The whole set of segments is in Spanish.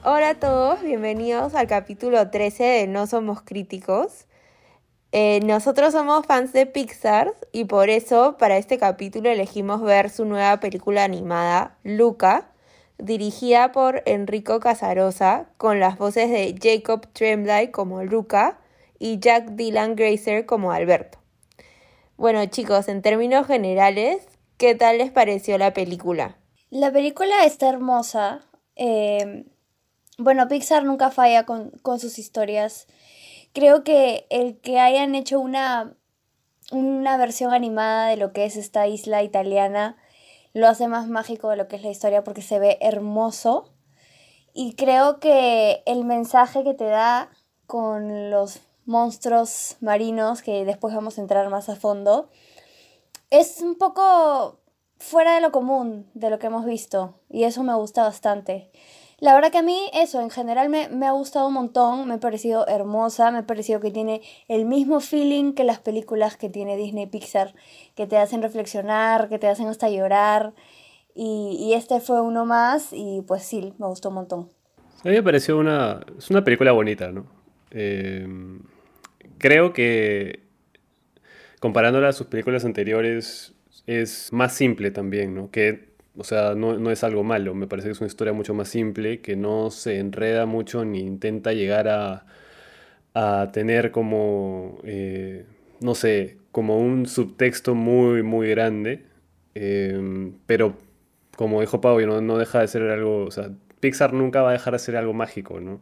Hola a todos, bienvenidos al capítulo 13 de No Somos Críticos. Nosotros somos fans de Pixar y por eso para este capítulo elegimos ver su nueva película animada, Luca, dirigida por Enrico Casarosa, con las voces de Jacob Tremblay como Luca y Jack Dylan Grazer como Alberto. Bueno chicos, en términos generales, ¿qué tal les pareció la película? La película está hermosa. Bueno, Pixar nunca falla con sus historias. Creo que el que hayan hecho una versión animada de lo que es esta isla italiana lo hace más mágico de lo que es la historia porque se ve hermoso. Y creo que el mensaje que te da con los monstruos marinos, que después vamos a entrar más a fondo, es un poco fuera de lo común, de lo que hemos visto, y eso me gusta bastante. La verdad que a mí eso en general me ha gustado un montón, me ha parecido hermosa, me ha parecido que tiene el mismo feeling que las películas que tiene Disney Pixar, que te hacen reflexionar, que te hacen hasta llorar, y este fue uno más, y pues sí, me gustó un montón. A mí me pareció es una película bonita, ¿no? Eh, Creo que comparándola a sus películas anteriores es más simple también, ¿no? O sea, no es algo malo, me parece que es una historia mucho más simple, que no se enreda mucho ni intenta llegar a tener como, no sé, como un subtexto muy grande, pero como dijo Pau, no deja de ser algo, o sea, Pixar nunca va a dejar de ser algo mágico, ¿no?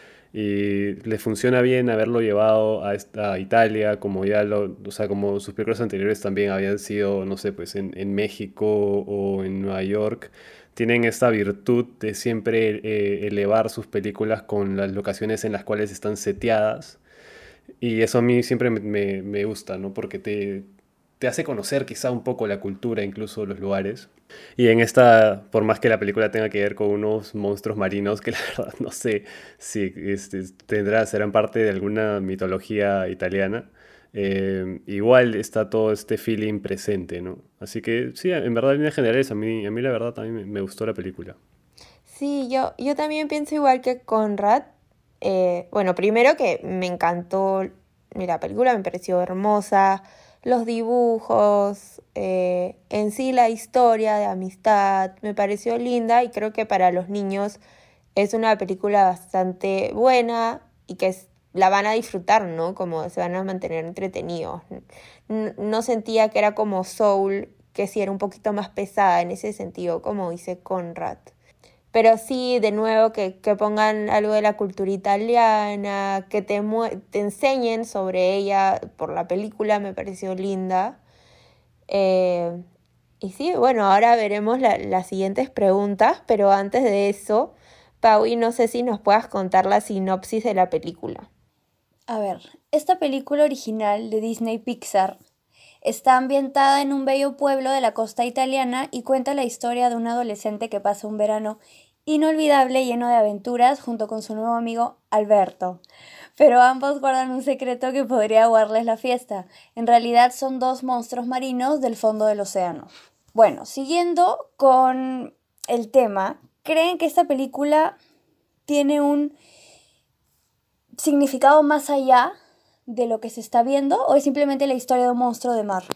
Y le funciona bien haberlo llevado a Italia, como o sea, como sus películas anteriores también habían sido, no sé, pues en México o en Nueva York. Tienen esta virtud de siempre elevar sus películas con las locaciones en las cuales están seteadas. Y eso a mí siempre me gusta, ¿no? Porque te hace conocer quizá un poco la cultura, incluso los lugares. Y en esta, por más que la película tenga que ver con unos monstruos marinos, que la verdad no sé si serán parte de alguna mitología italiana, igual está todo este feeling presente, ¿no? Así que sí, en verdad, en líneas generales, a mí la verdad también me gustó la película. Sí, yo también pienso igual que Conrad. Bueno, primero que me encantó la película, me pareció hermosa, los dibujos, en sí la historia de amistad, me pareció linda y creo que para los niños es una película bastante buena y la van a disfrutar, ¿no? Como se van a mantener entretenidos. No sentía que era como Soul, que sí era un poquito más pesada en ese sentido, como dice Conrad. Pero sí, de nuevo, que pongan algo de la cultura italiana, que te enseñen sobre ella por la película, me pareció linda. Eh, y sí, bueno, ahora veremos las siguientes preguntas, pero antes de eso, Paui, no sé si nos puedas contar la sinopsis de la película. A ver, esta película original de Disney Pixar está ambientada en un bello pueblo de la costa italiana y cuenta la historia de un adolescente que pasa un verano inolvidable lleno de aventuras junto con su nuevo amigo Alberto. Pero ambos guardan un secreto que podría aguarles la fiesta. En realidad son dos monstruos marinos del fondo del océano. Bueno, siguiendo con el tema, ¿creen que esta película tiene un significado más allá de lo que se está viendo o es simplemente la historia de un monstruo de mar?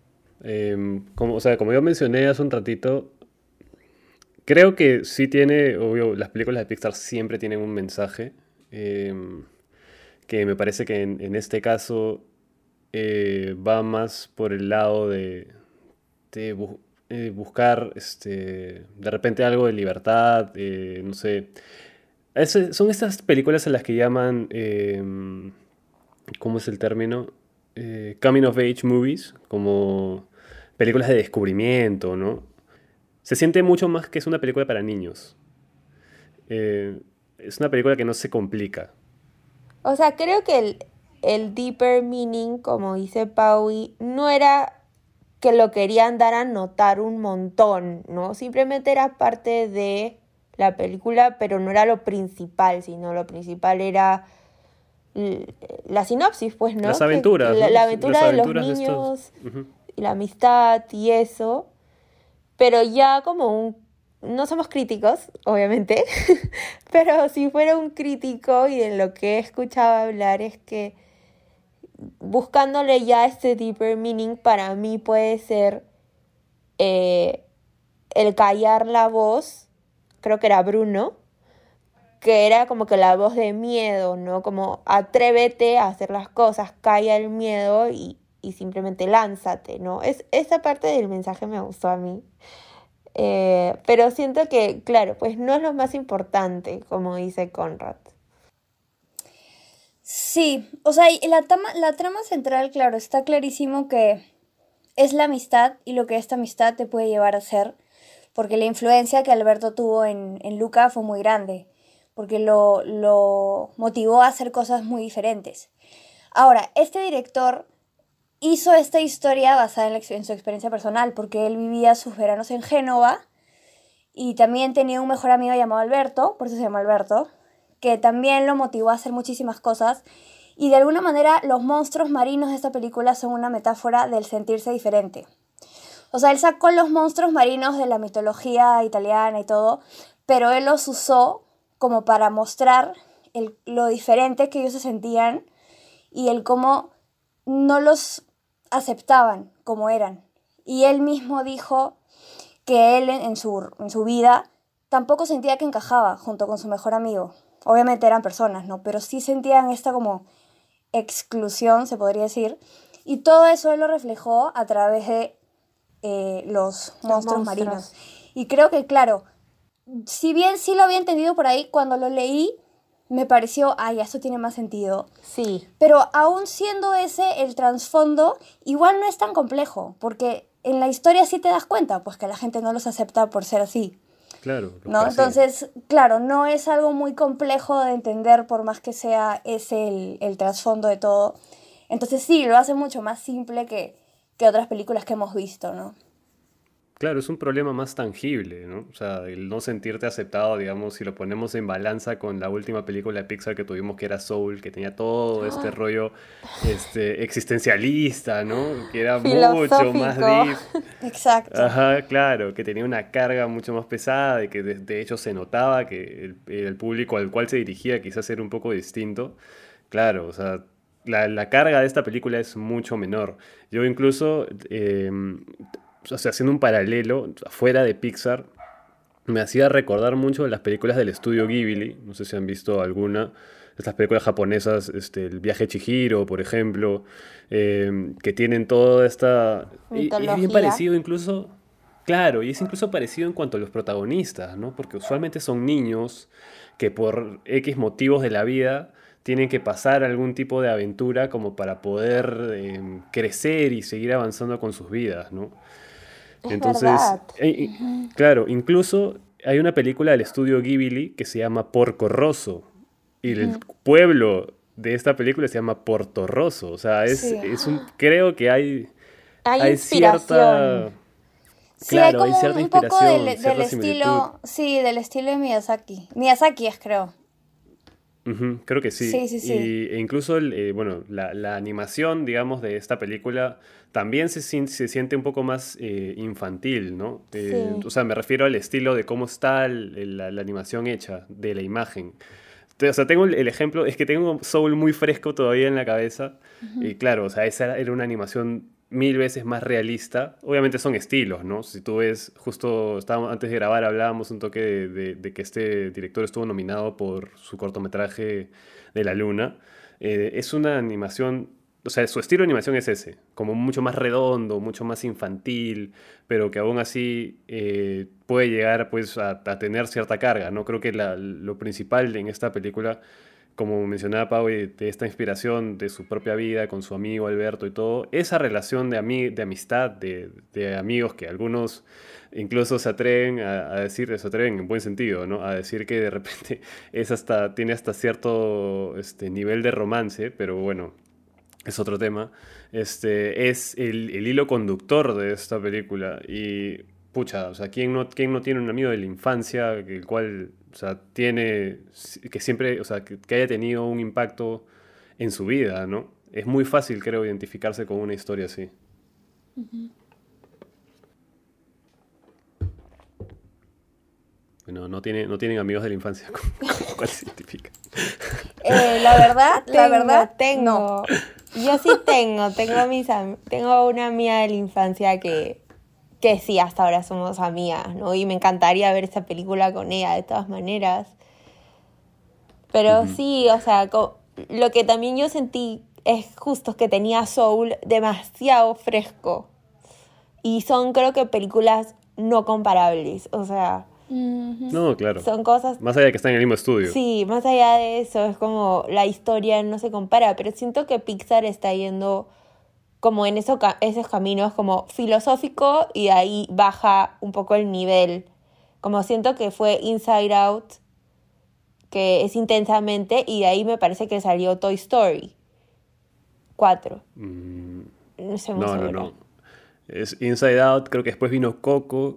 O sea, como yo mencioné hace un ratito, creo que sí tiene, obvio, las películas de Pixar siempre tienen un mensaje, que me parece que en este caso va más por el lado de buscar de repente algo de libertad, no sé. Son estas películas a las que llaman, ¿cómo es el término? Coming of Age movies, como películas de descubrimiento, ¿no? Se siente mucho más que es una película para niños. Es una película que no se complica. O sea, creo que el deeper meaning, como dice Paui, no era que lo querían dar a notar un montón, ¿no? Simplemente era parte de la película, pero no era lo principal, sino lo principal era la sinopsis, pues, Las ¿no? Que aventuras, ¿no? la Las aventura de los aventuras de estos. niños Ujú. y la amistad y eso, pero ya como un no somos críticos, obviamente, pero si fuera un crítico y de lo que he escuchado hablar es que buscándole ya este deeper meaning para mí puede ser eh, el callar la voz, creo que era Bruno, que era como que la voz de miedo, ¿no? Como atrévete a hacer las cosas, calla el miedo y simplemente lánzate, ¿no? Esa parte del mensaje me gustó a mí. Pero siento que, claro, pues no es lo más importante, como dice Conrad. Sí, o sea, y la trama central, claro, está clarísimo que es la amistad y lo que esta amistad te puede llevar a hacer, porque la influencia que Alberto tuvo en Luca fue muy grande, porque lo motivó a hacer cosas muy diferentes. Ahora, este director hizo esta historia basada en su experiencia personal, porque él vivía sus veranos en Génova y también tenía un mejor amigo llamado Alberto, por eso se llama Alberto, que también lo motivó a hacer muchísimas cosas. Y de alguna manera los monstruos marinos de esta película son una metáfora del sentirse diferente. O sea, él sacó los monstruos marinos de la mitología italiana y todo, pero él los usó como para mostrar lo diferente que ellos se sentían y el cómo no los aceptaban como eran. Y él mismo dijo que él en su vida tampoco sentía que encajaba junto con su mejor amigo. Obviamente eran personas, ¿no? Pero sí sentían esta como exclusión, se podría decir. Y todo eso él lo reflejó a través de los monstruos marinos. Y creo que, claro, si bien sí lo había entendido por ahí, cuando lo leí me pareció, ay, esto tiene más sentido. Sí. Pero aún siendo ese el trasfondo, igual no es tan complejo, porque en la historia sí te das cuenta, pues que la gente no los acepta por ser así. Claro. ¿No? Entonces, claro, no es algo muy complejo de entender por más que sea ese el trasfondo de todo. Entonces sí, lo hace mucho más simple que otras películas que hemos visto, ¿no? Claro, es un problema más tangible, ¿no? O sea, el no sentirte aceptado, digamos, si lo ponemos en balanza con la última película de Pixar que tuvimos, que era Soul, que tenía todo este rollo existencialista, ¿no? Que era mucho más deep. Exacto. Ajá, claro, que tenía una carga mucho más pesada y que de hecho se notaba que el público al cual se dirigía quizás era un poco distinto. Claro, o sea, la carga de esta película es mucho menor. Yo incluso, o sea, haciendo un paralelo, fuera de Pixar, me hacía recordar mucho de las películas del estudio Ghibli. No sé si han visto alguna. Estas películas japonesas, el viaje de Chihiro, por ejemplo, que tienen toda esta... Y es bien parecido incluso... Claro, y es incluso parecido en cuanto a los protagonistas, ¿no? Porque usualmente son niños que por X motivos de la vida tienen que pasar algún tipo de aventura como para poder crecer y seguir avanzando con sus vidas, ¿no? Es Entonces, verdad. claro, incluso hay una película del estudio Ghibli que se llama Porco Rosso y el pueblo de esta película se llama Porto Rosso. O sea, Sí. creo que hay inspiración. cierta... Sí, hay Claro, como hay cierta un poco inspiración, del cierta similitud. estilo, sí, del estilo de Miyazaki. Miyazaki es, creo. Ujú, creo que sí. Sí. E incluso bueno, la animación, digamos, de esta película también se siente un poco más infantil, ¿no? Sí. O sea, me refiero al estilo de cómo está la animación hecha, de la imagen. O sea, tengo el ejemplo, es que tengo Soul muy fresco todavía en la cabeza. Y claro, o sea, esa era una animación 1000 veces más realista. Obviamente son estilos, ¿no? Si tú ves, justo antes de grabar hablábamos un toque de que este director estuvo nominado por su cortometraje de La Luna. Es una animación, o sea, su estilo de animación es ese, como mucho más redondo, mucho más infantil, pero que aún así puede llegar pues a tener cierta carga, ¿no? Creo que lo principal en esta película, como mencionaba Pau, de esta inspiración de su propia vida con su amigo Alberto y todo, esa relación de amistad, de amigos que algunos incluso se atreven a decir, se atreven en buen sentido, ¿no? A decir que de repente tiene hasta cierto nivel de romance, pero bueno, es otro tema. Es el hilo conductor de esta película y pucha, o sea, ¿quién no tiene un amigo de la infancia el cual, o sea, que siempre, o sea, que haya tenido un impacto en su vida, ¿no? Es muy fácil, creo, identificarse con una historia así. Bueno, no tienen amigos de la infancia, con cuál se identifica. La verdad, tengo. no. Yo sí tengo una amiga de la infancia que sí, hasta ahora somos amigas, ¿no? Y me encantaría ver esa película con ella de todas maneras. Pero sí, o sea, lo que también yo sentí es justo que tenía Soul demasiado fresco. Y son, creo que, películas no comparables. O sea, No, claro. son cosas... Más allá de que están en el mismo estudio. Sí, más allá de eso, es como la historia no se compara. Pero siento que Pixar está yendo como en esos caminos como filosófico y de ahí baja un poco el nivel. Como siento que fue Inside Out, que es Intensamente, y de ahí me parece que salió Toy Story 4. No sé muy segura. No. Es Inside Out, creo que después vino Coco.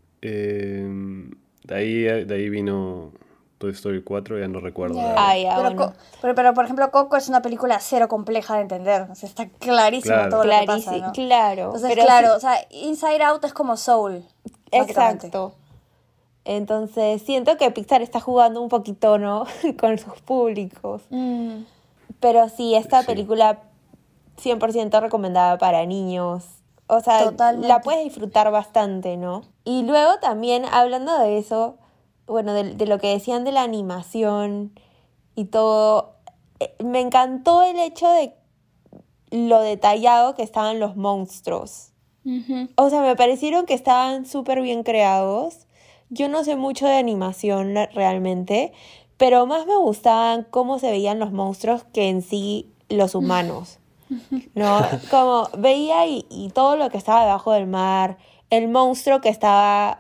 De ahí vino Toy Story 4, ya no recuerdo. Ya. la verdad. Ya, Pero, bueno. pero, por ejemplo, Coco es una película cero compleja de entender. O sea, está clarísimo Claro. todo lo que pasa, ¿no? Claro. Entonces, pero claro, sí, o sea, Inside Out es como Soul. básicamente. exacto. Entonces, siento que Pixar está jugando un poquito, ¿no? Con sus públicos. Pero sí, esta Sí. película 100% recomendada para niños. O sea, Totalmente. la puedes disfrutar bastante, ¿no? Y luego también, hablando de eso, bueno, de lo que decían de la animación y todo, me encantó el hecho de lo detallado que estaban los monstruos. O sea, me parecieron que estaban súper bien creados. Yo no sé mucho de animación realmente, pero más me gustaban cómo se veían los monstruos que en sí los humanos, ¿no? Como veía y todo lo que estaba debajo del mar, el monstruo que estaba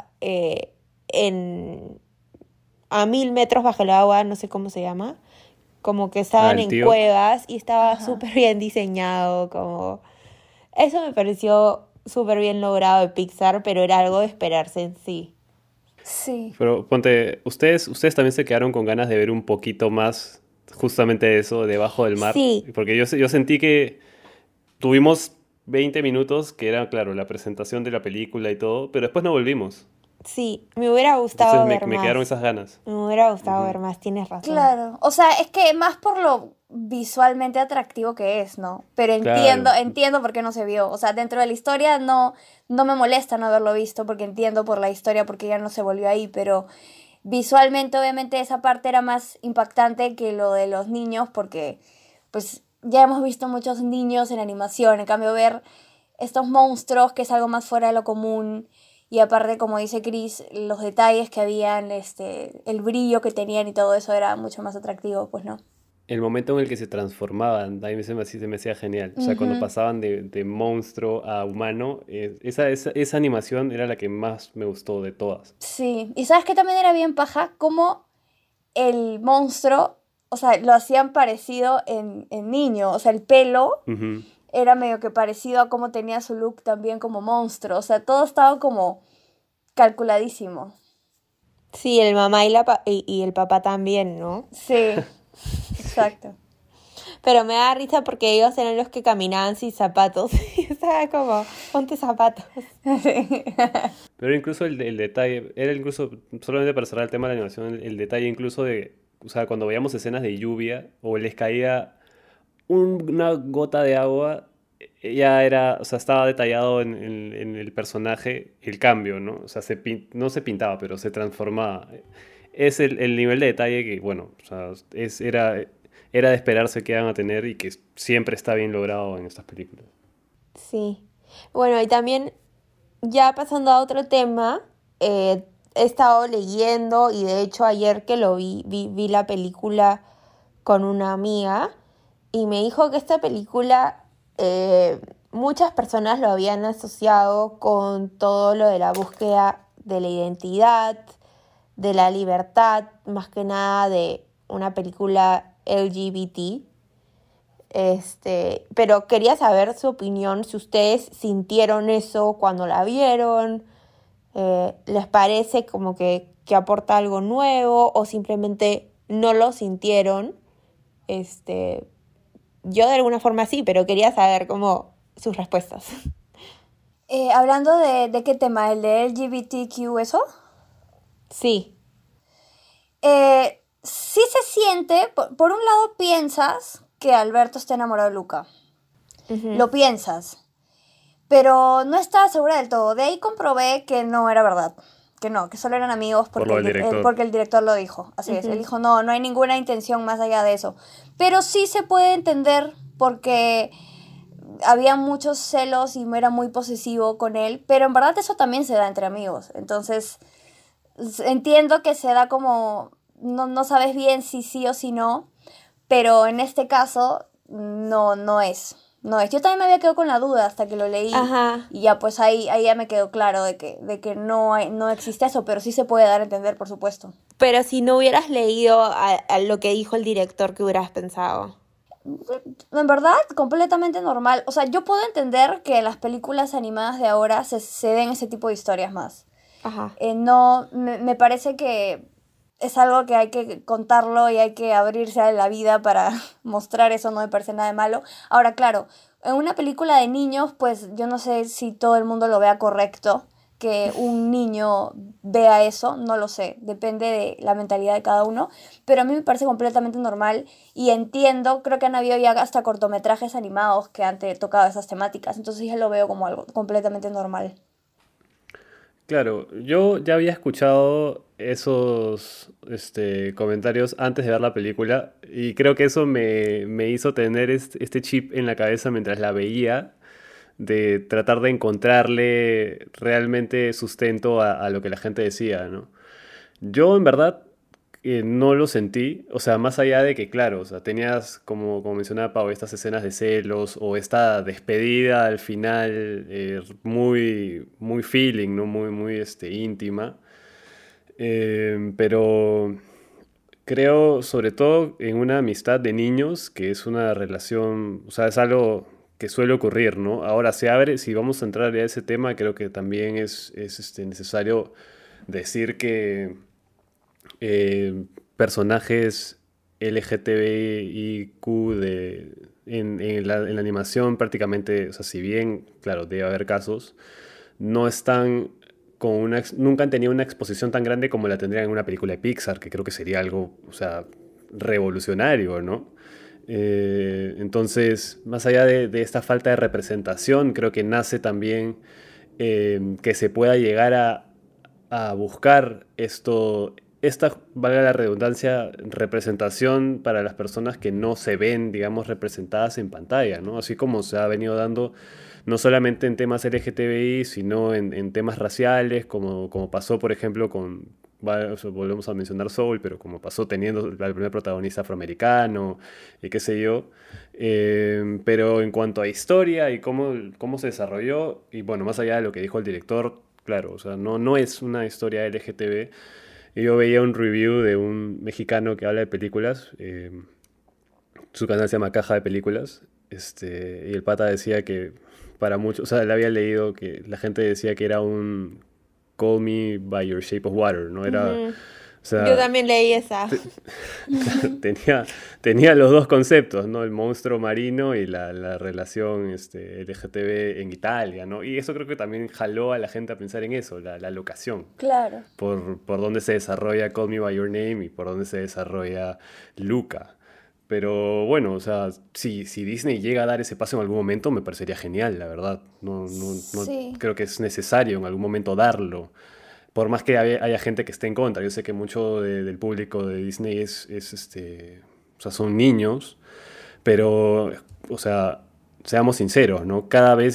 a 1000 metros bajo el agua, no sé cómo se llama, como que estaban el en tío. cuevas y estaba súper bien diseñado, como... Eso me pareció súper bien logrado de Pixar, pero era algo de esperarse en sí. Sí. Pero ponte, ustedes también se quedaron con ganas de ver un poquito más justamente eso debajo del mar. Sí. Porque yo sentí que tuvimos 20 minutos, que era, claro, la presentación de la película y todo, pero después no volvimos. Sí, me hubiera gustado Entonces ver me más. quedaron esas ganas. Me hubiera gustado ver más, tienes razón. Claro, o sea, es que más por lo visualmente atractivo que es, ¿no? Pero entiendo, Claro. entiendo por qué no se vio. O sea, dentro de la historia no me molesta no haberlo visto porque entiendo por la historia porque ya no se volvió ahí, pero visualmente obviamente esa parte era más impactante que lo de los niños porque pues ya hemos visto muchos niños en animación, en cambio ver estos monstruos que es algo más fuera de lo común. Y aparte, como dice Chris, los detalles que habían, el brillo que tenían y todo eso era mucho más atractivo, pues, ¿no? El momento en el que se transformaban, a mí se me hacía genial. O sea, cuando pasaban de monstruo a humano, esa animación era la que más me gustó de todas. Sí, y ¿sabes qué también era bien paja? Como el monstruo, o sea, lo hacían parecido en niño, o sea, el pelo Ujú. era medio que parecido a cómo tenía su look también como monstruo, o sea, todo estaba como calculadísimo. Sí, el mamá y el papá también, ¿no? Sí, exacto. Pero me da risa porque ellos eran los que caminaban sin zapatos. Y estaba como, ponte zapatos. Pero incluso el detalle, era incluso, solamente para cerrar el tema de la animación, el detalle incluso de, o sea, cuando veíamos escenas de lluvia o les caía una gota de agua, ya era, o sea, estaba detallado en el personaje el cambio, ¿no? O sea, no se pintaba, pero se transformaba. Es el nivel de detalle que, bueno, o sea, era de esperarse que iban a tener y que siempre está bien logrado en estas películas. Sí. Bueno, y también, ya pasando a otro tema, he estado leyendo y de hecho ayer que lo vi la película con una amiga y me dijo que esta película muchas personas lo habían asociado con todo lo de la búsqueda de la identidad, de la libertad, más que nada de una película LGBT. Pero quería saber su opinión, si ustedes sintieron eso cuando la vieron, les parece como que aporta algo nuevo o simplemente no lo sintieron. Yo de alguna forma sí, pero quería saber cómo sus respuestas. Hablando de qué tema, el de LGBTQ, ¿eso? Sí. Sí se siente, por un lado piensas que Alberto está enamorado de Luca. Lo piensas, pero no estaba segura del todo. De ahí comprobé que no era verdad. Que no, que solo eran amigos Por lo del director. porque el director lo dijo. Así es, él dijo, no, no hay ninguna intención más allá de eso. Pero sí se puede entender porque había muchos celos y era muy posesivo con él, pero en verdad eso también se da entre amigos. Entonces, entiendo que se da como, no sabes bien si sí o si no, pero en este caso no es. No es. Yo también me había quedado con la duda hasta que lo leí. Ajá. Y ya pues ahí ya me quedó claro de que no existe eso, pero sí se puede dar a entender, por supuesto. Pero si no hubieras leído a lo que dijo el director, ¿qué hubieras pensado? En verdad, completamente normal. O sea, yo puedo entender que en las películas animadas de ahora se den ese tipo de historias más. Ajá. No, me parece que es algo que hay que contarlo y hay que abrirse a la vida para mostrar eso, no me parece nada de malo. Ahora, claro, en una película de niños, pues yo no sé si todo el mundo lo vea correcto, que un niño vea eso, no lo sé, depende de la mentalidad de cada uno, pero a mí me parece completamente normal y entiendo, creo que han habido ya hasta cortometrajes animados que han tocado esas temáticas, entonces ya lo veo como algo completamente normal. Claro, yo ya había escuchado esos comentarios antes de ver la película y creo que eso me hizo tener este chip en la cabeza mientras la veía, de tratar de encontrarle realmente sustento a lo que la gente decía, ¿no? Yo en verdad no lo sentí, o sea, más allá de que, claro, o sea, tenías, como mencionaba Pau, estas escenas de celos o esta despedida al final muy, muy feeling, ¿no? Muy, muy íntima. Pero creo, sobre todo en una amistad de niños, que es una relación, o sea, es algo que suele ocurrir, ¿no? Ahora se abre, si vamos a entrar a ese tema, creo que también es necesario decir que personajes LGTBIQ en la animación prácticamente, o sea, si bien, claro, debe haber casos, no están nunca han tenido una exposición tan grande como la tendrían en una película de Pixar, que creo que sería algo, o sea, revolucionario, ¿no? Entonces, más allá de esta falta de representación, creo que nace también que se pueda llegar a buscar esta, valga la redundancia, representación para las personas que no se ven, digamos, representadas en pantalla, ¿no? Así como se ha venido dando no solamente en temas LGTBI, sino en temas raciales, como pasó, por ejemplo, o sea, volvemos a mencionar Soul, pero como pasó teniendo al primer protagonista afroamericano, y qué sé yo. Pero en cuanto a historia y cómo se desarrolló, y bueno, más allá de lo que dijo el director, claro, o sea, no es una historia LGTB. Y yo veía un review de un mexicano que habla de películas, su canal se llama Caja de Películas, y el pata decía que para muchos, o sea, le había leído que la gente decía que era un Call Me by Your Shape of Water, ¿no? Era, Ujú. o Yo sea, también leí esa. claro, tenía los dos conceptos, ¿no? El monstruo marino y la relación LGTB en Italia, ¿no? Y eso creo que también jaló a la gente a pensar en eso, la locación, Claro. por dónde se desarrolla Call Me by Your Name y por dónde se desarrolla Luca. Pero bueno, o sea, si Disney llega a dar ese paso en algún momento, me parecería genial, la verdad. No Sí, creo que es necesario en algún momento darlo. Por más que haya gente que esté en contra. Yo sé que mucho del público de Disney o sea, son niños, pero, o sea, seamos sinceros, ¿no? Cada vez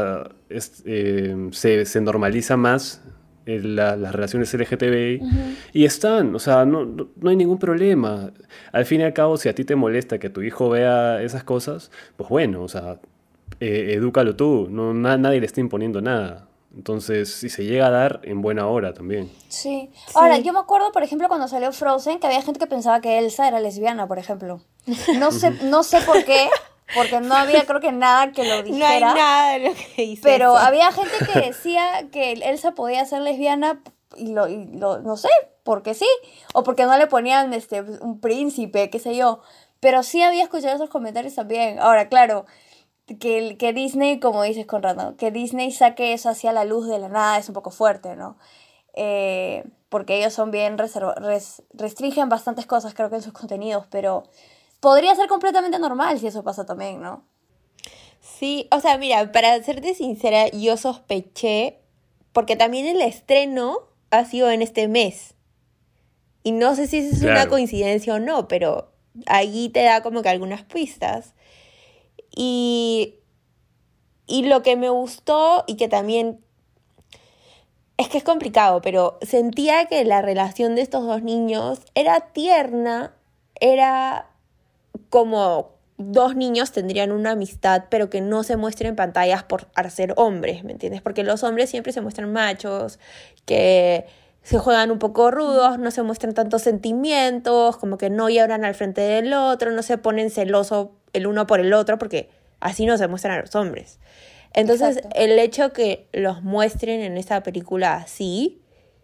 se normaliza más las relaciones LGTBI ujú, y o sea, no hay ningún problema. Al fin y al cabo, si a ti te molesta que tu hijo vea esas cosas, pues bueno, o sea, edúcalo tú, nadie le está imponiendo nada. Entonces, si se llega a dar, en buena hora también. sí. Ahora, yo Sí. me acuerdo, por ejemplo, cuando salió Frozen, que había gente que pensaba que Elsa era lesbiana, por ejemplo. No sé por qué, porque no había, creo que nada que lo No hay dijera, nada de lo que dice pero eso. había gente que decía que Elsa podía ser lesbiana no sé, porque sí, o porque no le ponían un príncipe, qué sé yo. Pero sí había escuchado esos comentarios también. Ahora, claro, que Disney, como dices Conrad, ¿no? Que Disney saque eso hacia la luz de la nada es un poco fuerte, ¿no? porque ellos son bien restringen bastantes cosas, creo que en sus contenidos, pero podría ser completamente normal si eso pasa también, ¿no? Sí, o sea, mira, para serte sincera, yo sospeché, porque también el estreno ha sido en este mes. Y no sé si esa es una Claro. coincidencia o no, pero ahí te da como que algunas pistas. Y, y lo que me gustó y que también es que es complicado, pero sentía que la relación de estos dos niños era tierna, era como dos niños tendrían una amistad, pero que no se muestre en pantallas por ser hombres, ¿me entiendes? Porque los hombres siempre se muestran machos, que se juegan un poco rudos, no se muestran tantos sentimientos, como que no lloran al frente del otro, no se ponen celosos el uno por el otro, porque así no se muestran a los hombres. Entonces, Exacto. el hecho que los muestren en esa película así,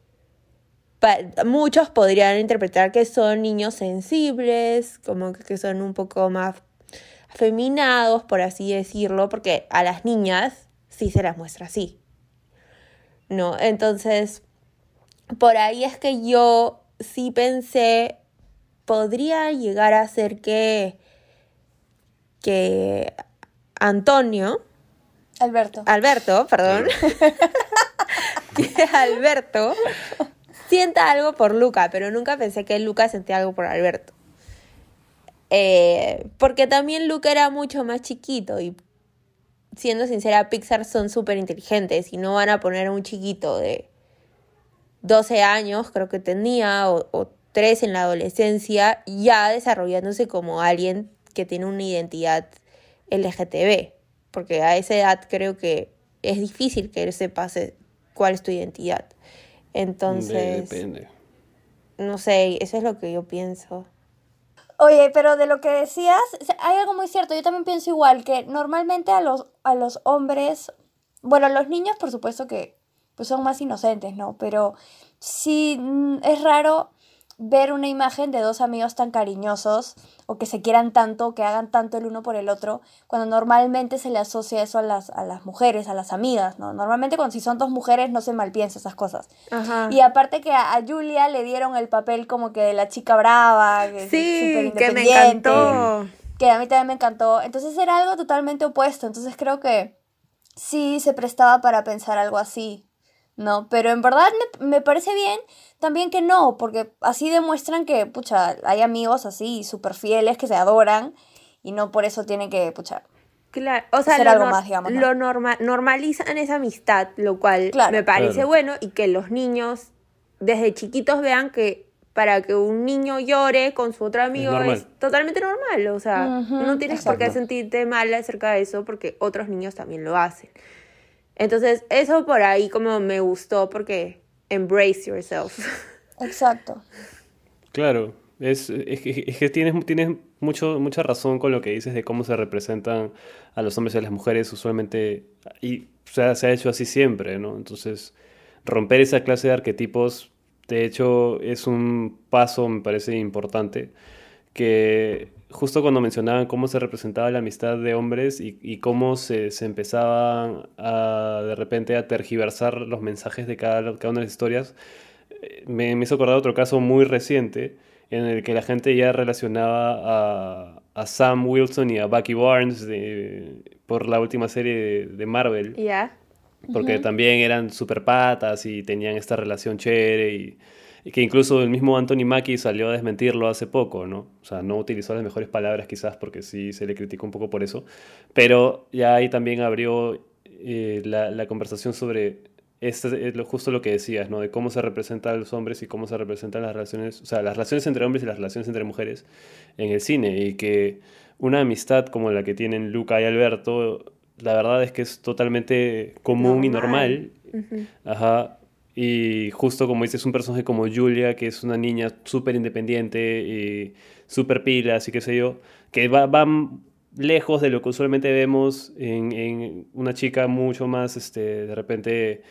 muchos podrían interpretar que son niños sensibles, como que son un poco más afeminados, por así decirlo, porque a las niñas sí se las muestra así, ¿no? Entonces, por ahí es que yo sí pensé, podría llegar a ser que Antonio, Alberto. Alberto, perdón, que Alberto sienta algo por Luca, pero nunca pensé que Luca sentía algo por Alberto. Porque también Luca era mucho más chiquito y siendo sincera, Pixar son súper inteligentes y no van a poner a un chiquito de 12 años, creo que tenía, o 3 en la adolescencia, ya desarrollándose como alguien que tiene una identidad LGTB. Porque a esa edad creo que es difícil que él sepa cuál es tu identidad. Entonces, Depende. no sé, eso es lo que yo pienso. Oye, pero de lo que decías, hay algo muy cierto. Yo también pienso igual, que normalmente a los hombres, bueno, a los niños por supuesto que pues son más inocentes, ¿no? Pero sí es raro ver una imagen de dos amigos tan cariñosos o que se quieran tanto, que hagan tanto el uno por el otro, cuando normalmente se le asocia eso a las mujeres, a las amigas, ¿no? Normalmente cuando si son dos mujeres no se malpiensa esas cosas. Y Ajá. aparte que a Julia le dieron el papel como que de la chica brava, que es súper Sí, que me independiente, Ujú. encantó. que a mí también me encantó. Entonces era algo totalmente opuesto. Entonces creo que sí se prestaba para pensar algo así, ¿no? Pero en verdad me parece bien también que no, porque así demuestran que, pucha, hay amigos así súper fieles que se adoran y no por eso tienen que, pucha, Claro, o sea, ser algo más, digamos, ¿no? normalizan esa amistad, lo cual me Claro, parece Claro. bueno y que los niños desde chiquitos vean que para que un niño llore con su otro Es amigo es normal. totalmente normal, o sea, no ujú, tienes por qué exacto. sentirte mal acerca de eso porque otros niños también lo hacen. Entonces, eso por ahí como me gustó porque embrace yourself. Exacto. Claro, es que tienes mucha razón con lo que dices de cómo se representan a los hombres y a las mujeres usualmente, y o sea, se ha hecho así siempre, ¿no? Entonces, romper esa clase de arquetipos, de hecho, es un paso, me parece importante, que justo cuando mencionaban cómo se representaba la amistad de hombres y cómo se empezaban de repente a tergiversar los mensajes de cada una de las historias, me hizo acordar otro caso muy reciente en el que la gente ya relacionaba a Sam Wilson y a Bucky Barnes por la última serie de Marvel, ¿Ya? porque Ujú. también eran super patas y tenían esta relación chévere y que incluso el mismo Anthony Mackie salió a desmentirlo hace poco, ¿no? O sea, no utilizó las mejores palabras quizás porque sí se le criticó un poco por eso, pero ya ahí también abrió la conversación sobre justo lo que decías, ¿no? De cómo se representan a los hombres y cómo se representan las relaciones, o sea, las relaciones entre hombres y las relaciones entre mujeres en el cine y que una amistad como la que tienen Luca y Alberto, la verdad es que es totalmente común y Normal. normal. Ujú. Ajá. Y justo como dices, un personaje como Julia, que es una niña súper independiente y súper pilas y qué sé yo, que va lejos de lo que usualmente vemos en una chica mucho más, de repente,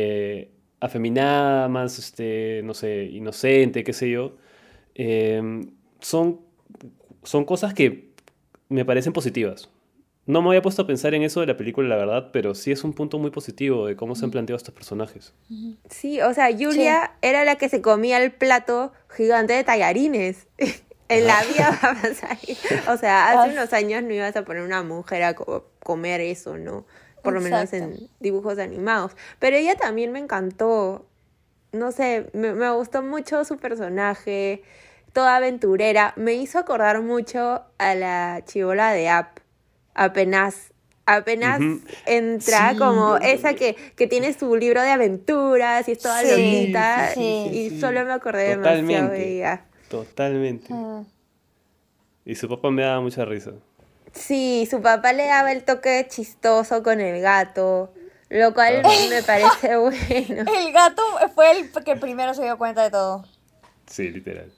afeminada, más, no sé, inocente, qué sé yo. Em, son, son cosas que me parecen positivas. No me había puesto a pensar en eso de la película, la verdad, pero sí es un punto muy positivo de cómo se han planteado estos personajes. Sí, o sea, Sí, Julia era la que se comía el plato gigante de tallarines. En la vida va a pasar. O sea, hace ah, unos años no ibas a poner una mujer a comer eso, ¿no? Por lo menos exacto. en dibujos animados. Pero ella también me encantó. No sé, me gustó mucho su personaje, toda aventurera. Me hizo acordar mucho a la chibola de App. Apenas Ujú. entra Sí, como esa ándale. que tiene su libro de aventuras y es toda Sí, Sí, sí, loquita. sí, sí, sí. Y solo sí. me acordé demasiado de Totalmente, ella. totalmente. Mm. Y su papá me daba mucha risa. Sí, su papá le daba el toque chistoso con el gato, lo cual Ajá, me parece bueno. El gato fue el que primero se dio cuenta de todo. sí, literal.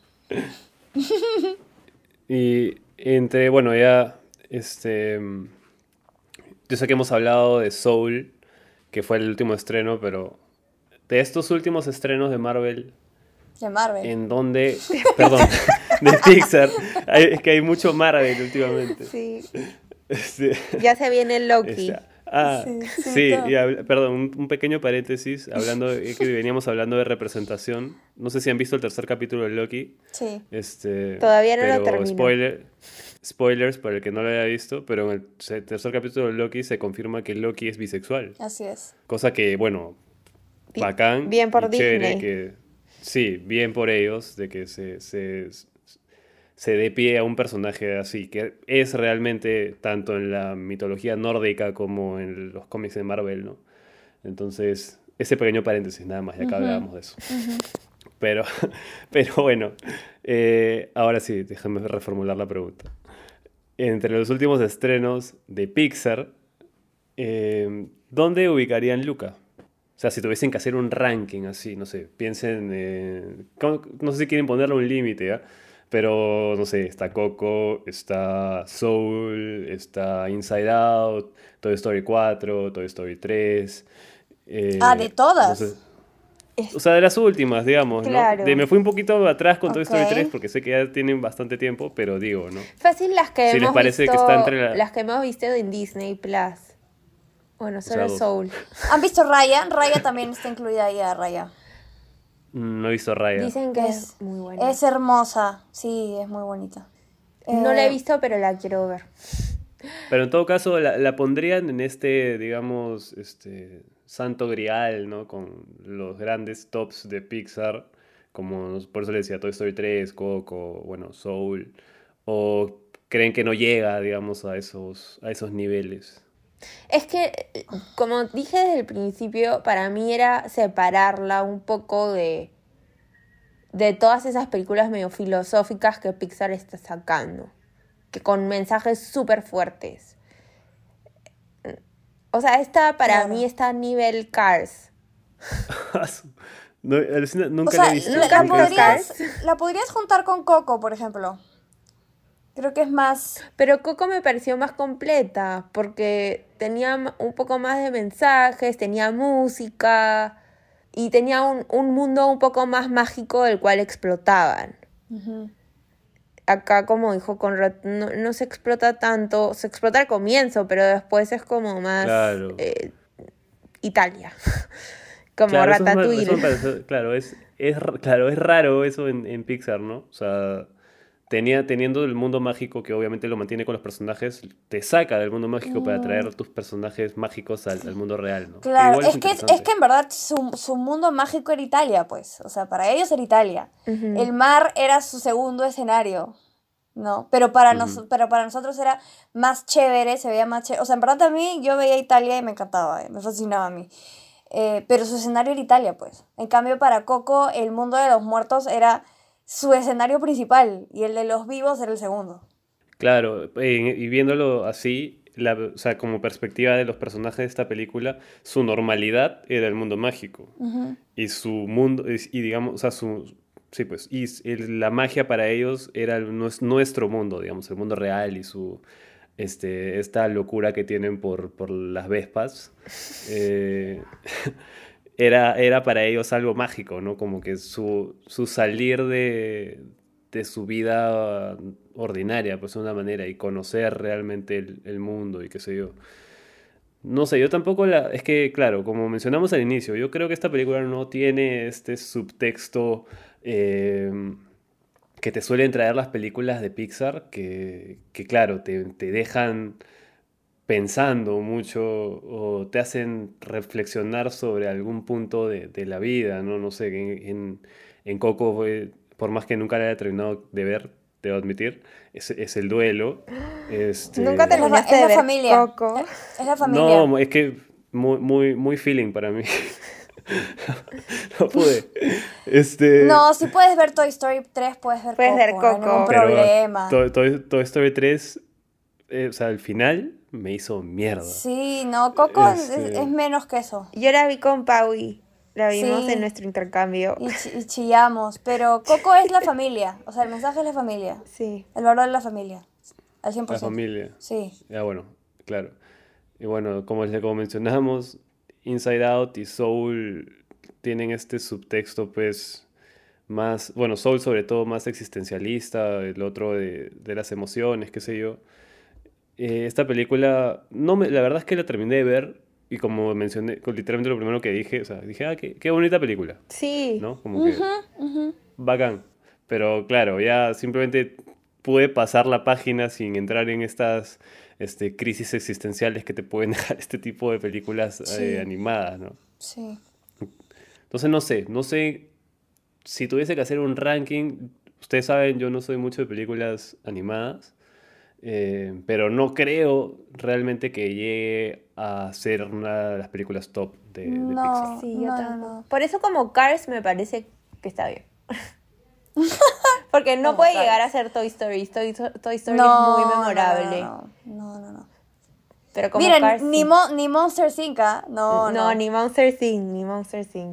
Y entre, bueno, ya, yo sé que hemos hablado de Soul, que fue el último estreno, pero de estos últimos estrenos de Marvel, De Marvel. en donde, perdón, de Pixar, es que hay mucho Marvel últimamente. Sí, Este, ya se viene este, Loki. Sí, sí, sí, y todo. perdón, un pequeño paréntesis, hablando que veníamos hablando de representación. No sé si han visto el tercer capítulo de Loki, Sí. Todavía no lo pero termino. spoilers para el que no lo haya visto, pero en el tercer capítulo de Loki se confirma que Loki es bisexual. Así es. Cosa que, bueno, Di- bacán Bien y por chévere Disney. que, sí, bien por ellos, de que se dé pie a un personaje así, que es realmente tanto en la mitología nórdica como en los cómics de Marvel, ¿no? Entonces, ese pequeño paréntesis nada más, ya que Ujú, hablábamos de eso. ujú. Pero, pero bueno, ahora sí, déjame reformular la pregunta. Entre los últimos estrenos de Pixar, ¿dónde ubicarían Luca? O sea, si tuviesen que hacer un ranking así, no sé, piensen, no sé si quieren ponerle un límite, ¿ya? Pero, no sé, está Coco, está Soul, está Inside Out, Toy Story 4, Toy Story 3, Ah, de no sé. todas. O Es sea, de las últimas, digamos, ¿no? claro. Me fui un poquito atrás con Toy Ok. Story 3 porque sé que ya tienen bastante tiempo, pero digo, ¿no? Fácil las que Si les hemos parece que está visto, entre la... las que hemos visto en Disney Plus. Bueno, O sea, solo dos. Soul. ¿Han visto Raya? Raya también está incluida ahí a Raya. No he visto Raya. Dicen que es Es, muy buena. es hermosa. Sí, es muy bonita. No la he Eh, visto, pero la quiero ver. Pero en todo caso, la pondrían en este, digamos, santo grial, ¿no? Con los grandes tops de Pixar, como por eso le decía Toy Story 3, Coco, bueno, Soul. ¿O creen que no llega, digamos, a esos niveles? Es que, como dije desde el principio, para mí era separarla un poco de todas esas películas medio filosóficas que Pixar está sacando, que con mensajes súper fuertes. O sea, esta para mí claro. está a nivel Cars. No, alucina, O nunca la he sea, visto, ¿Nunca has nunca he visto visto. Cars? la podrías juntar con Coco, por ejemplo. Creo que es más. Pero Coco me pareció más completa porque tenía un poco más de mensajes, tenía música y tenía un mundo un poco más mágico del cual explotaban. Ujú. Acá, como dijo Conrad, no se explota tanto, se explota al comienzo, pero después es como más Claro. Italia, como Claro, eso Ratatouille. me parece, claro, claro, es raro eso en Pixar, ¿no? O sea, teniendo el mundo mágico que obviamente lo mantiene con los personajes, te saca del mundo mágico para Mm, traer tus personajes mágicos al mundo real, ¿no? Que claro, igual es es que interesante. en verdad su mundo mágico era Italia, pues. O sea, para ellos era Italia. Ujú. El mar era su segundo escenario, ¿no? Ujú. Pero para nosotros era más chévere, se veía más chévere. O sea, en verdad a mí yo veía Italia y me encantaba, me fascinaba a mí. Pero su escenario era Italia, pues. En cambio, para Coco, el mundo de los muertos era su escenario principal y el de los vivos era el segundo. Claro, y viéndolo así, o sea, como perspectiva de los personajes de esta película, su normalidad era el mundo mágico. Ujú. Y su mundo, y digamos, o sea, sí, pues, la magia para ellos era nuestro mundo, digamos, el mundo real y esta locura que tienen por las Vespas. eh, era para ellos algo mágico, ¿no? Como que su salir de su vida ordinaria, pues de una manera, y conocer realmente el mundo y qué sé yo. No sé, yo tampoco la... Es que, claro, como mencionamos al inicio, yo creo que esta película no tiene este subtexto eh, que te suelen traer las películas de Pixar, que claro, te dejan pensando mucho o te hacen reflexionar sobre algún punto de la vida, ¿no? No sé, en Coco, por más que nunca la haya terminado de ver, debo admitir, es el duelo. Nunca Es la, terminaste es de la ver familia. Coco. Es la familia. No, es que muy feeling para mí. No pude. Este, No, si puedes ver Toy Story 3, puedes ver Puedes ver Coco, no hay ningún Coco. pero problema. Toy Story 3, o sea, al final me hizo mierda. Sí, no, Coco es Este, menos que eso. Yo la vi con Paui. La vimos en Sí, nuestro intercambio. y chillamos, pero Coco es la familia, o sea, el mensaje es la familia, Sí. el valor de la familia, al la 100%. familia. Sí, Ya bueno, claro. Y bueno, como mencionamos, Inside Out y Soul tienen este subtexto, pues, más, bueno, Soul sobre todo más existencialista, el otro de las emociones, qué sé yo. Esta película, la verdad es que la terminé de ver y como mencioné, literalmente lo primero que dije, o sea, dije, qué bonita película, Sí. ¿no? Como que bacán. Pero claro, ya simplemente pude pasar la página sin entrar en estas crisis existenciales que te pueden dejar este tipo de películas sí, animadas, ¿no? sí. Entonces no sé si tuviese que hacer un ranking, ustedes saben, yo no soy mucho de películas animadas, pero no creo realmente que llegue a ser una de las películas top de Pixar. No, Sí, yo no, no, tampoco. no. Por eso como Cars me parece que está bien. Porque no Como puede Cars. llegar a ser Toy Story. Toy Story es muy No, memorable. no. Pero como Miren, Cars sí. ni Monster Inc. ¿Ah? No, No, no, ni Monster Inc. Ni Monster Inc.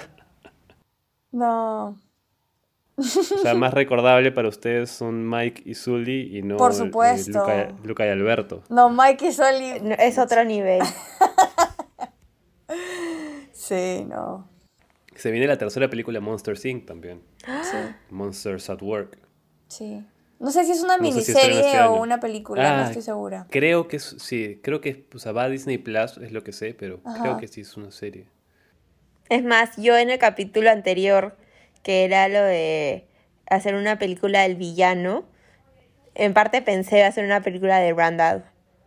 no. O sea, más recordable para ustedes son Mike y Sully y Por no supuesto. Luca y Alberto. No, Mike y Sully. No, es otro nivel. Sí, no. Se viene la tercera película Monsters Inc. también. Sí, Monsters at Work. sí. No sé si es una No sé si estrena este miniserie o año. una película, no Ah, estoy segura. creo que sí, creo que o sea, va a Disney Plus, es lo que sé, pero creo Ajá. que sí es una serie. Es más, yo en el capítulo anterior, que era lo de hacer una película del villano, en parte pensé hacer una película de Randall.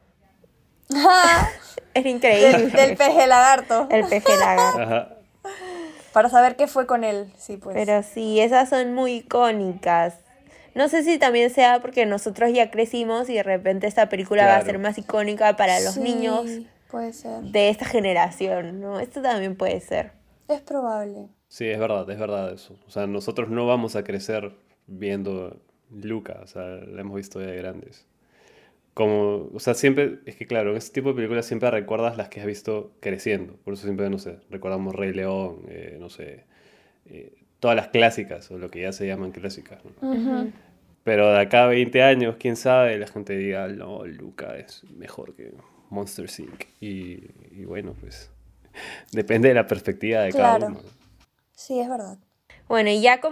Era Del increíble. peje lagarto. El peje lagarto. Ajá. Para saber qué fue con él. Sí, pues. Pero sí, esas son muy icónicas. No sé si también sea porque nosotros ya crecimos y de repente esta película va a ser Claro. más icónica para los Sí, niños puede ser. de esta generación, ¿no? Esto también puede ser. Es probable. Sí, es verdad eso. O sea, nosotros no vamos a crecer viendo Luca, o sea, la hemos visto ya de grandes. Como, o sea, siempre, es que claro, en este tipo de películas siempre recuerdas las que has visto creciendo. Por eso siempre, no sé, recordamos Rey León, no sé, todas las clásicas, o lo que ya se llaman clásicas, ¿no? Ujú. Pero de acá a 20 años, quién sabe, la gente diga, no, Luca es mejor que Monster Inc. Y bueno, pues depende de la perspectiva de cada Claro. uno. Sí, es verdad. Bueno, y ya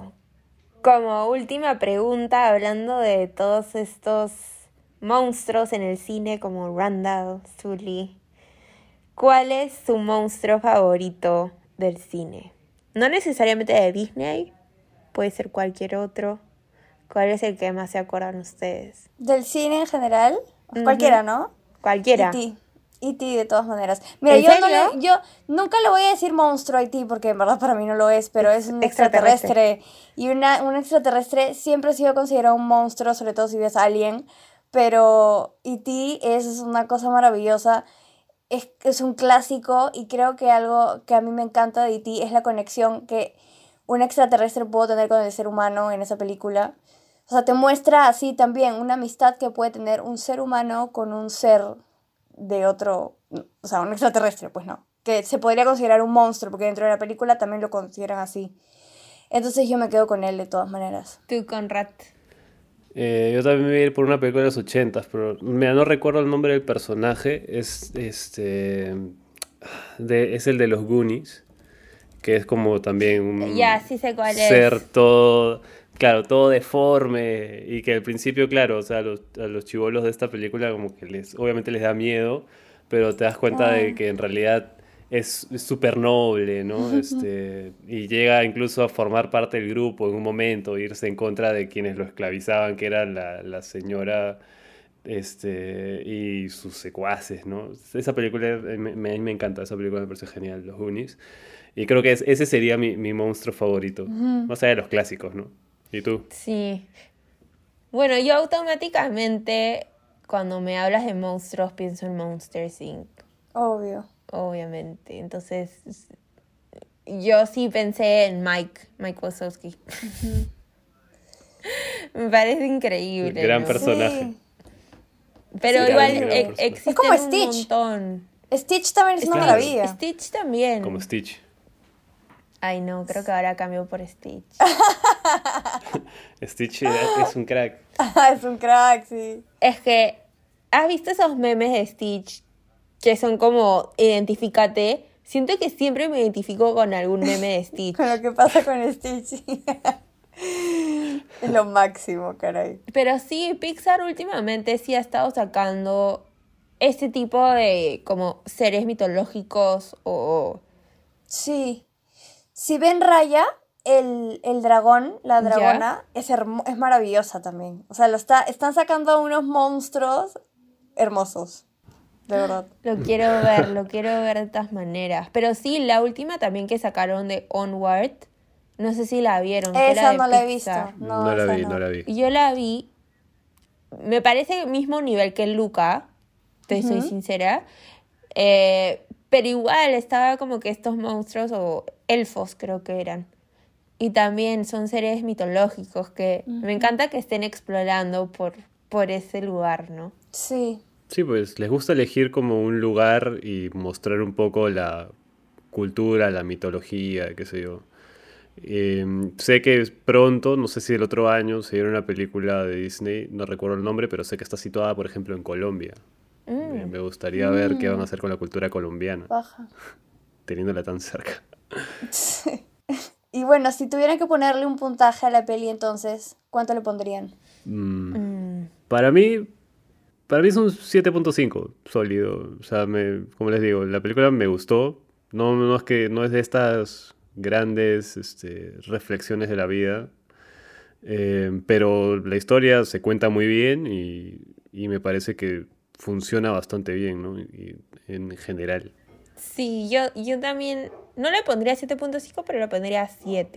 como última pregunta, hablando de todos estos monstruos en el cine como Randall, Sully, ¿cuál es su monstruo favorito del cine? No necesariamente de Disney, puede ser cualquier otro. ¿Cuál es el que más se acuerdan ustedes? Del cine en general, Ujú. cualquiera, ¿no? Cualquiera. E.T. E.T. de todas maneras. Mira, ¿En yo, serio? yo nunca le voy a decir monstruo a E.T. porque en verdad para mí no lo es, pero es un extraterrestre. Y un extraterrestre siempre ha sido considerado un monstruo, sobre todo si ves Alien. Pero E.T. es una cosa maravillosa. Es un clásico y creo que algo que a mí me encanta de E.T. es la conexión que un extraterrestre pudo tener con el ser humano en esa película. O sea, te muestra así también una amistad que puede tener un ser humano con un ser de otro, o sea, un extraterrestre, pues no, que se podría considerar un monstruo, porque dentro de la película también lo consideran así. Entonces yo me quedo con él de todas maneras. Tú, Conrad. Yo también me voy a ir por una película de los 80, pero mira, no recuerdo el nombre del personaje. Es el de los Goonies, que es como también un Ya, sí sé cuál ser es. todo claro, todo deforme y que al principio, claro, o sea, a los chibolos de esta película como que obviamente les da miedo, pero te das cuenta de Ah, que en realidad es súper noble, ¿no? Y llega incluso a formar parte del grupo en un momento, irse en contra de quienes lo esclavizaban, que era la señora, y sus secuaces, ¿no? Esa película, a mí me encanta, esa película me parece genial, Los Goonies. Y creo que ese sería mi monstruo favorito, ujú. más allá de los clásicos, ¿no? ¿Y tú? Sí. Bueno, yo automáticamente, cuando me hablas de monstruos, pienso en Monsters Inc., Obvio. obviamente. Entonces, yo sí pensé en Mike Wazowski. Ujú. Me parece increíble, Gran ¿no? personaje. Sí, sí, Pero igual Gran increíble. personaje. Es como existen un Stitch. montón. Stitch también es una Claro, maravilla. Stitch como también. Stitch. Ay, no, creo que ahora cambió por Stitch. Stitch es un crack. Es un crack, sí. Es que, ¿has visto esos memes de Stitch que son como identifícate? Siento que siempre me identifico con algún meme de Stitch. Con lo que pasa con Stitch. Es lo máximo, caray. Pero sí, Pixar últimamente sí ha estado sacando este tipo de como seres mitológicos o Sí. Si ven Raya, el dragón, la ya. dragona, es maravillosa también. O sea, están sacando unos monstruos hermosos. De verdad. Lo quiero ver de todas maneras. Pero sí, la última también que sacaron de Onward, no sé si la vieron, que era Esa de no la he visto. Pixar. No, No la esa vi, no no. la vi. Y yo la vi, me parece el mismo nivel que Luca, te soy Ujú. sincera. Pero igual estaba como que estos monstruos o elfos creo que eran. Y también son seres mitológicos que me Ujú. encanta que estén explorando por ese lugar, ¿no? Sí. Sí, pues les gusta elegir como un lugar y mostrar un poco la cultura, la mitología, qué sé yo. Sé que pronto, no sé si el otro año, se viene una película de Disney, no recuerdo el nombre, pero sé que está situada, por ejemplo, en Colombia. Mm. Me gustaría ver qué van a Mm, hacer con la cultura colombiana, baja. teniéndola tan cerca. Y bueno, si tuvieran que ponerle un puntaje a la peli entonces, ¿cuánto le pondrían? Mm, Mm. Para mí, para mí es un 7.5 sólido. O sea, como les digo, la película me gustó. No es que no es de estas grandes reflexiones de la vida. Pero la historia se cuenta muy bien y me parece que funciona bastante bien, ¿no? Y en general. Sí, yo también, no le pondría 7.5 pero le pondría 7.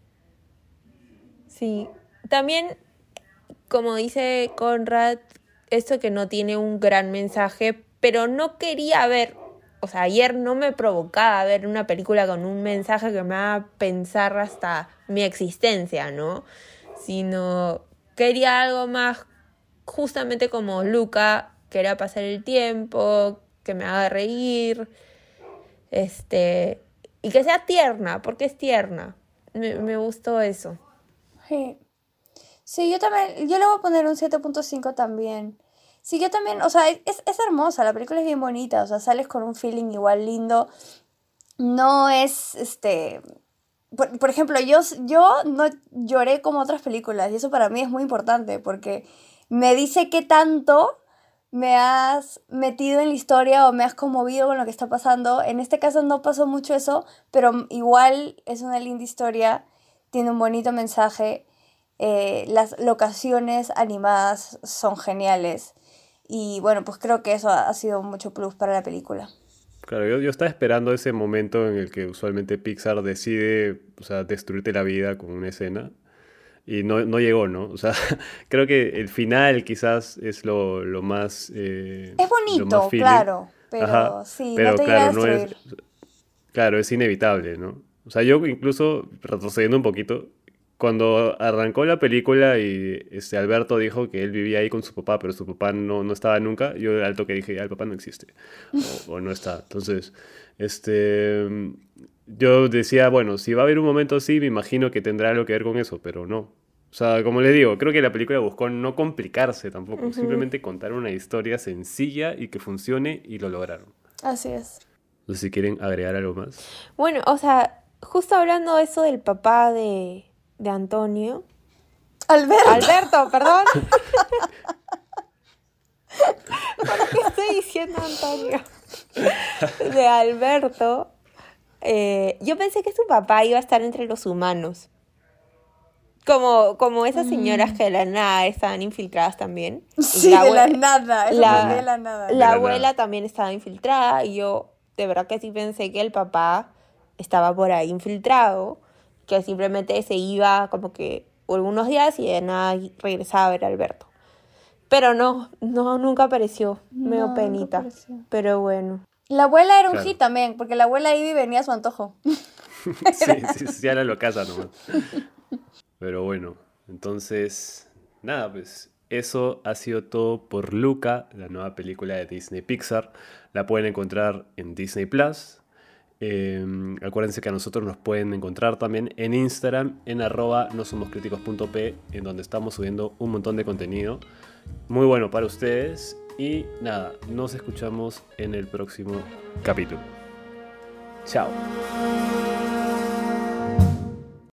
Sí, también, como dice Conrad, esto que no tiene un gran mensaje, pero no quería ver, o sea, ayer no me provocaba ver una película con un mensaje que me haga pensar hasta mi existencia, ¿no? Sino quería algo más justamente como Luca, quería pasar el tiempo, que me haga reír, este, y que sea tierna, porque es tierna. Me gustó eso. Sí. Sí, yo también, yo le voy a poner un 7.5 también. Sí, yo también, o sea, es hermosa, la película es bien bonita, o sea, sales con un feeling igual lindo. No es, por ejemplo, yo no lloré como otras películas y eso para mí es muy importante porque me dice qué tanto me has metido en la historia o me has conmovido con lo que está pasando. En este caso no pasó mucho eso, pero igual es una linda historia, tiene un bonito mensaje, las locaciones animadas son geniales y bueno, pues creo que eso ha sido mucho plus para la película. Claro, yo estaba esperando ese momento en el que usualmente Pixar decide, o sea, destruirte la vida con una escena. Y no llegó, ¿no? O sea, creo que el final quizás es Es lo más bonito, feeling. claro, Ajá, pero sí, no pero te llega a claro, no es, destruir. claro, es inevitable, ¿no? O sea, yo incluso, retrocediendo un poquito, cuando arrancó la película y Alberto dijo que él vivía ahí con su papá, pero su papá no estaba nunca, yo al toque dije, "Ah, el papá no existe, o no está". Entonces, yo decía, bueno, si va a haber un momento así, me imagino que tendrá algo que ver con eso, pero no. O sea, como les digo, creo que la película buscó no complicarse tampoco, Ujú. simplemente contar una historia sencilla y que funcione y lo lograron. Así es. No sé si quieren agregar algo más. Bueno, o sea, justo hablando de eso del papá de Antonio, Alberto, perdón. ¿Por qué estoy diciendo Antonio? De Alberto. Yo pensé que su papá iba a estar entre los humanos. Como esas señoras que de la nada estaban infiltradas también. Sí, de la nada. Eso de la nada. La abuela también estaba infiltrada. Y yo de verdad que sí pensé que el papá estaba por ahí infiltrado. Que simplemente se iba como que algunos días y de nada regresaba a ver a Alberto. Pero no, nunca apareció. Me dio penita. Apareció. Pero bueno. La abuela era un hit también, porque la abuela Ivy venía a su antojo. Sí, era lo casa nomás. Pero bueno, entonces, nada, pues eso ha sido todo por Luca, la nueva película de Disney Pixar. La pueden encontrar en Disney Plus. Acuérdense que a nosotros nos pueden encontrar también en Instagram, en @nosomoscriticos.p, en donde estamos subiendo un montón de contenido muy bueno para ustedes. Y nada, nos escuchamos en el próximo capítulo. Chao.